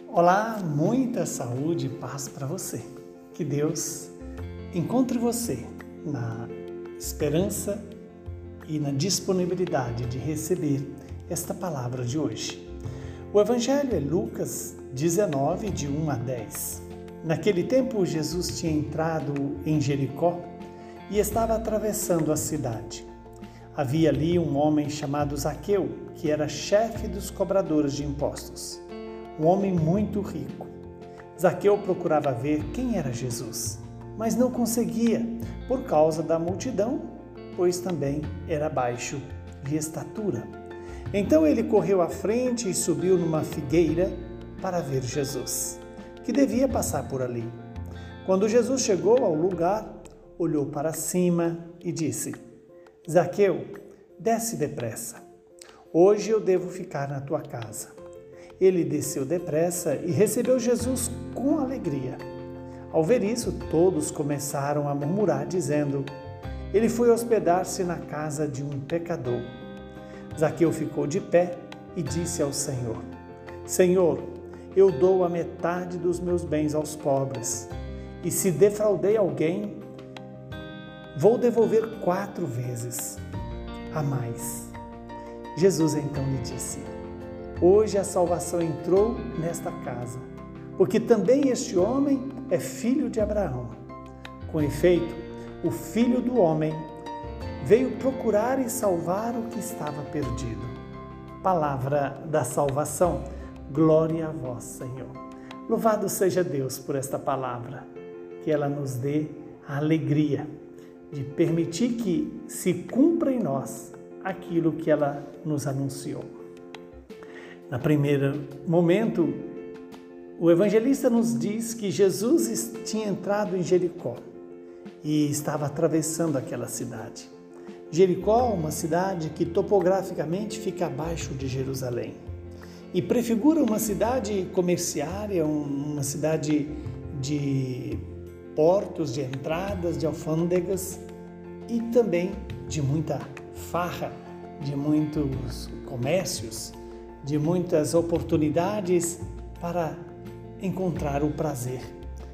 Olá, muita saúde e paz para você. Que Deus encontre você na esperança e na disponibilidade de receber esta palavra de hoje. O Evangelho é Lucas 19, de 1 a 10. Naquele tempo, Jesus tinha entrado em Jericó e estava atravessando a cidade. Havia ali um homem chamado Zaqueu, que era chefe dos cobradores de impostos. Um homem muito rico. Zaqueu procurava ver quem era Jesus, mas não conseguia por causa da multidão, pois também era baixo de estatura. Então ele correu à frente e subiu numa figueira para ver Jesus, que devia passar por ali. Quando Jesus chegou ao lugar, olhou para cima e disse: Zaqueu, desce depressa. Hoje eu devo ficar na tua casa. Ele desceu depressa e recebeu Jesus com alegria. Ao ver isso, todos começaram a murmurar, dizendo: ele foi hospedar-se na casa de um pecador. Zaqueu ficou de pé e disse ao Senhor: Senhor, eu dou a metade dos meus bens aos pobres, e se defraudei alguém, vou devolver 4 vezes a mais. Jesus então lhe disse: hoje a salvação entrou nesta casa, porque também este homem é filho de Abraão. Com efeito, o Filho do Homem veio procurar e salvar o que estava perdido. Palavra da salvação. Glória a vós, Senhor. Louvado seja Deus por esta palavra, que ela nos dê a alegria de permitir que se cumpra em nós aquilo que ela nos anunciou. No primeiro momento, o evangelista nos diz que Jesus tinha entrado em Jericó e estava atravessando aquela cidade. Jericó é uma cidade que topograficamente fica abaixo de Jerusalém e prefigura uma cidade comerciária, uma cidade de portos, de entradas, de alfândegas e também de muita farra, de muitos comércios, de muitas oportunidades para encontrar o prazer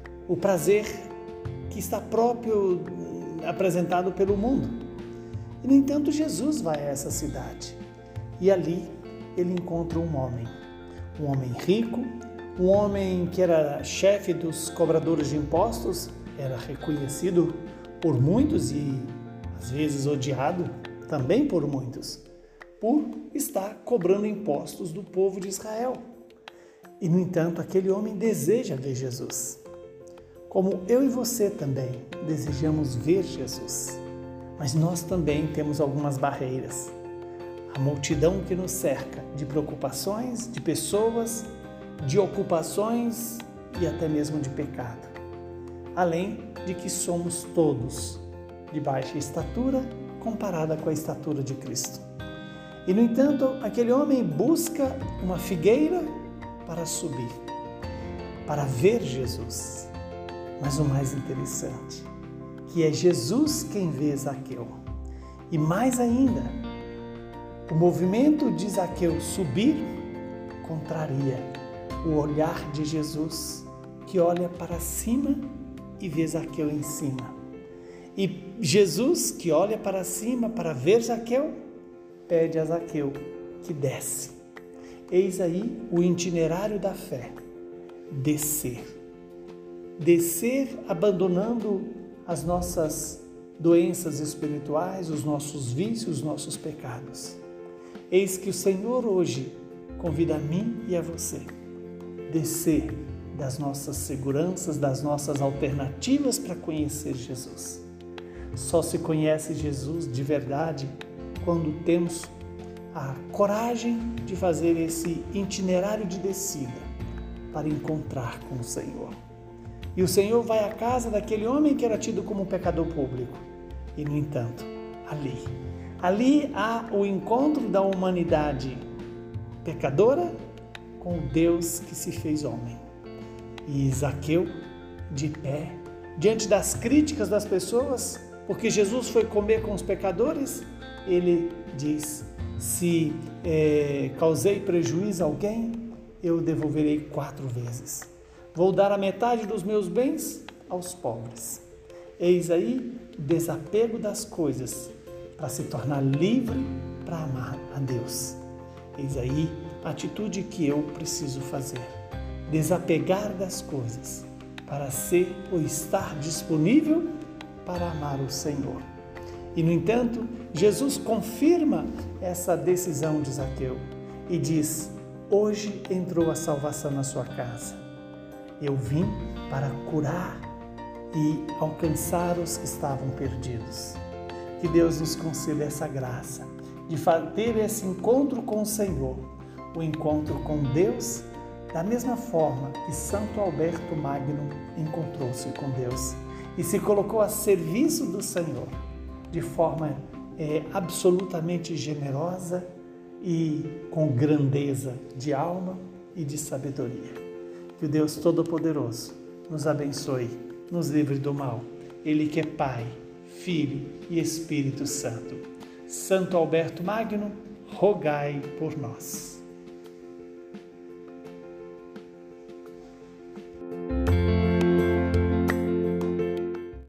que está próprio apresentado pelo mundo. E, no entanto, Jesus vai a essa cidade e ali ele encontra um homem rico, um homem que era chefe dos cobradores de impostos, era reconhecido por muitos e às vezes odiado também por muitos, por estar cobrando impostos do povo de Israel. E, no entanto, aquele homem deseja ver Jesus. Como eu e você também desejamos ver Jesus, mas nós também temos algumas barreiras. A multidão que nos cerca de preocupações, de pessoas, de ocupações e até mesmo de pecado. Além de que somos todos de baixa estatura comparada com a estatura de Cristo. E, no entanto, aquele homem busca uma figueira para subir, para ver Jesus. Mas o mais interessante, que é Jesus quem vê Zaqueu. E mais ainda, o movimento de Zaqueu subir contraria o olhar de Jesus, que olha para cima e vê Zaqueu em cima. E Jesus, que olha para cima para ver Zaqueu, pede a Zaqueu que desce. Eis aí o itinerário da fé. Descer abandonando as nossas doenças espirituais, os nossos vícios, os nossos pecados. Eis que o Senhor hoje convida a mim e a você descer das nossas seguranças, das nossas alternativas para conhecer Jesus. Só se conhece Jesus de verdade quando temos a coragem de fazer esse itinerário de descida para encontrar com o Senhor. E o Senhor vai à casa daquele homem que era tido como um pecador público. E, no entanto, ali há o encontro da humanidade pecadora com o Deus que se fez homem. E Zaqueu, de pé, diante das críticas das pessoas, porque Jesus foi comer com os pecadores, ele diz: se causei prejuízo a alguém, eu devolverei 4 vezes. Vou dar a metade dos meus bens aos pobres. Eis aí o desapego das coisas para se tornar livre para amar a Deus. Eis aí a atitude que eu preciso fazer. Desapegar das coisas para ser ou estar disponível para amar o Senhor. E, no entanto, Jesus confirma essa decisão de Zaqueu e diz: hoje entrou a salvação na sua casa. Eu vim para curar e alcançar os que estavam perdidos. Que Deus nos conceda essa graça de ter esse encontro com o Senhor, o encontro com Deus, da mesma forma que Santo Alberto Magno encontrou-se com Deus e se colocou a serviço do Senhor de forma absolutamente generosa e com grandeza de alma e de sabedoria. Que o Deus Todo-Poderoso nos abençoe, nos livre do mal. Ele que é Pai, Filho e Espírito Santo. Santo Alberto Magno, rogai por nós.